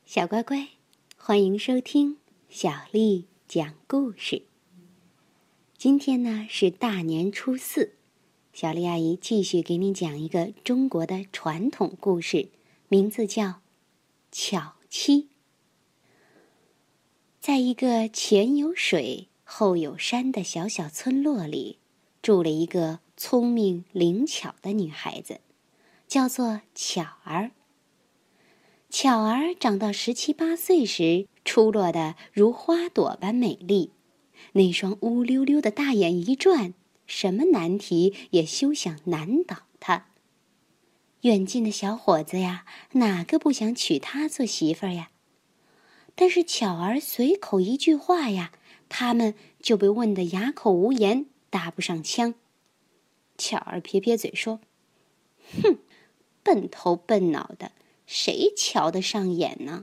小乖乖，欢迎收听小丽讲故事。今天呢是大年初四，小丽阿姨继续给你讲一个中国的传统故事，名字叫《巧妻》。在一个前有水后有山的小小村落里，住了一个聪明灵巧的女孩子，叫做巧儿。巧儿长到17、18岁时，出落得如花朵般美丽，那双乌溜溜的大眼一转，什么难题也休想难倒她。远近的小伙子呀，哪个不想娶她做媳妇儿呀？但是巧儿随口一句话呀，他们就被问得哑口无言，搭不上腔。巧儿撇撇嘴说：“哼，笨头笨脑的。谁瞧得上眼呢？”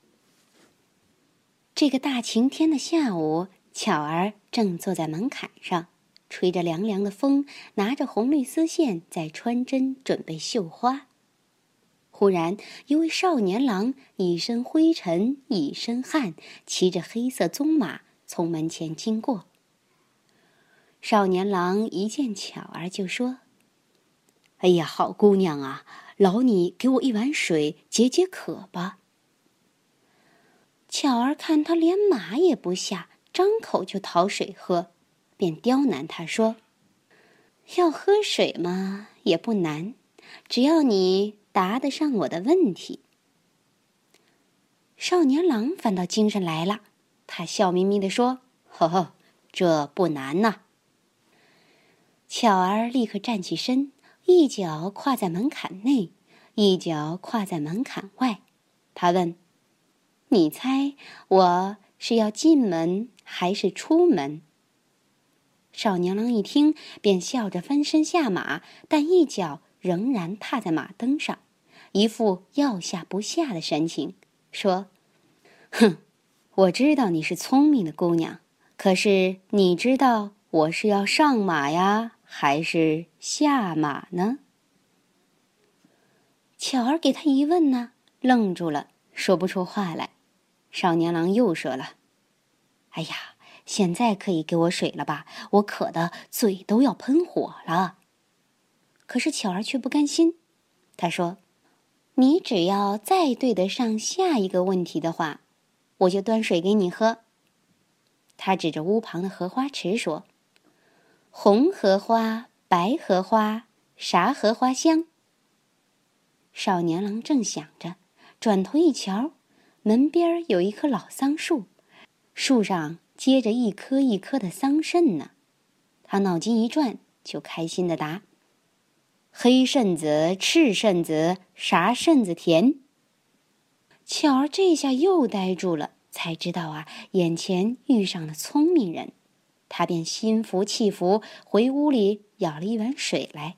这个大晴天的下午，巧儿正坐在门槛上，吹着凉凉的风，拿着红绿丝线在穿针准备绣花。忽然，一位少年郎一身灰尘一身汗，骑着黑色棕马从门前经过。少年郎一见巧儿就说：“哎呀，好姑娘啊，劳你给我一碗水解解渴吧。”巧儿看他连马也不下，张口就讨水喝，便刁难他说：“要喝水嘛，也不难，只要你答得上我的问题。”少年郎反倒精神来了，他笑眯眯地说：“呵呵，这不难呐。”巧儿立刻站起身，一脚跨在门槛内，一脚跨在门槛外。他问：“你猜我是要进门还是出门？”少年郎一听，便笑着翻身下马，但一脚仍然踏在马蹬上，一副要下不下的神情，说：“哼，我知道你是聪明的姑娘，可是你知道我是要上马呀，还是下马呢？”巧儿给他一问呢，愣住了，说不出话来。少年郎又说了：“哎呀，现在可以给我水了吧？我渴得嘴都要喷火了。”可是巧儿却不甘心，他说：“你只要再对得上下一个问题的话，我就端水给你喝。”他指着屋旁的荷花池说：“红荷花，白荷花，啥荷花香？”少年郎正想着，转头一瞧，门边有一棵老桑树，树上结着一颗一颗的桑葚呢。他脑筋一转，就开心地答：“黑葚子，赤葚子，啥葚子甜？”巧儿这下又呆住了，才知道啊，眼前遇上了聪明人。他便心服气服，回屋里舀了一碗水来。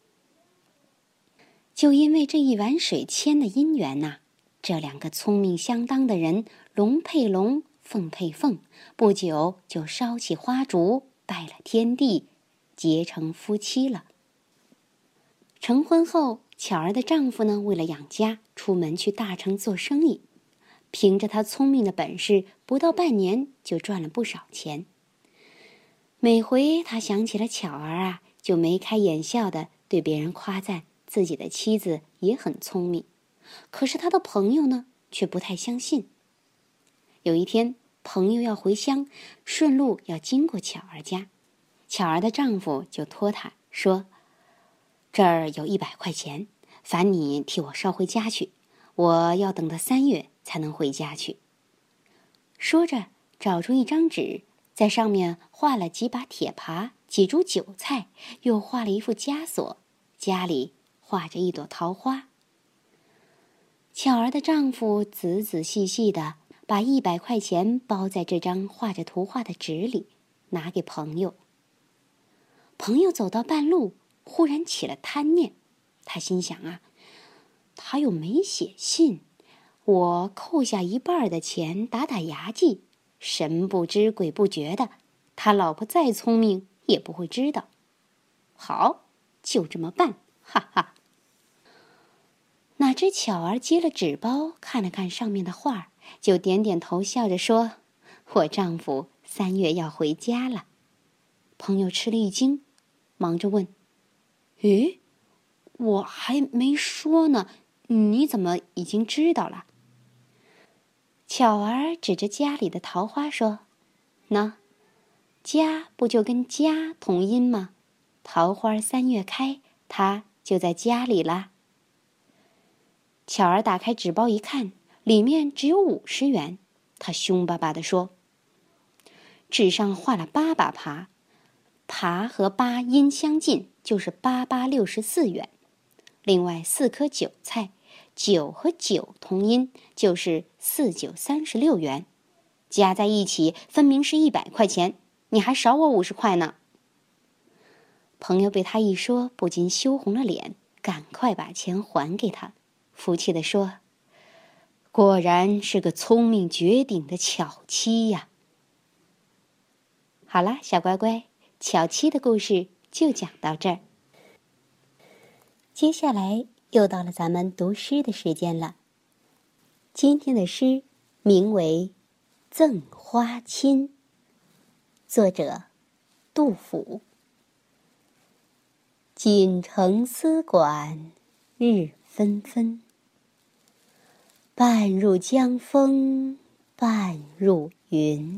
就因为这一碗水牵的姻缘呐，这两个聪明相当的人，龙配龙，凤配凤，不久就烧起花烛，拜了天地，结成夫妻了。成婚后，巧儿的丈夫呢，为了养家，出门去大城做生意。凭着他聪明的本事，不到半年就赚了不少钱。每回他想起了巧儿啊，就眉开眼笑的对别人夸赞自己的妻子也很聪明。可是他的朋友呢，却不太相信。有一天，朋友要回乡，顺路要经过巧儿家，巧儿的丈夫就托他说：“这儿有100块钱，烦你替我捎回家去，我要等到3月才能回家去。”说着，找出一张纸，在上面画了几把铁耙，几株韭菜，又画了一副枷锁，家里画着一朵桃花。巧儿的丈夫仔仔细细地把100块钱包在这张画着图画的纸里，拿给朋友。朋友走到半路，忽然起了贪念，他心想啊，他又没写信，我扣下一半的钱打打牙祭，神不知鬼不觉的，他老婆再聪明也不会知道。好，就这么办，哈哈。 哪知巧儿接了纸包，看了看上面的画，就点点头，笑着说：“我丈夫3月要回家了。”朋友吃了一惊，忙着问：“咦，我还没说呢，你怎么已经知道了？”巧儿指着家里的桃花说：“喏，家不就跟家同音吗？桃花3月开，它就在家里啦。”巧儿打开纸包一看，里面只有50元。她凶巴巴地说：“纸上画了8把耙，耙和8音相近，就是8864元。另外4颗韭菜，9和9同音，就是4936元。加在一起，分明是100块钱，你还少我50块呢。”朋友被他一说，不禁羞红了脸，赶快把钱还给他，服气地说：“果然是个聪明绝顶的巧妻呀。”好啦，小乖乖，巧妻的故事就讲到这儿。接下来又到了咱们读诗的时间了。今天的诗名为《赠花卿》，作者杜甫。锦城丝管日纷纷，半入江风半入云。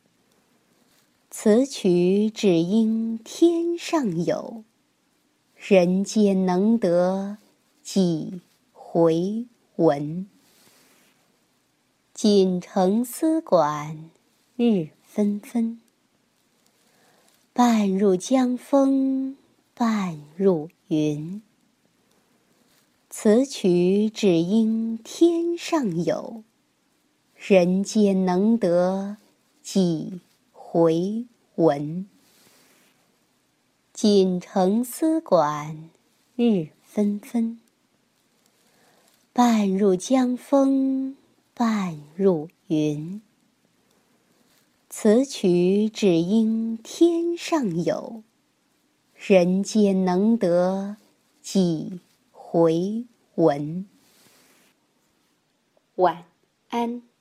此曲只应天上有，人间能得几回闻。锦城丝管日纷纷，半入江风半入云。此曲只应天上有，人间能得几回闻。锦城丝管日纷纷，半入江风半入云。此曲只应天上有，人间能得几回闻。晚安。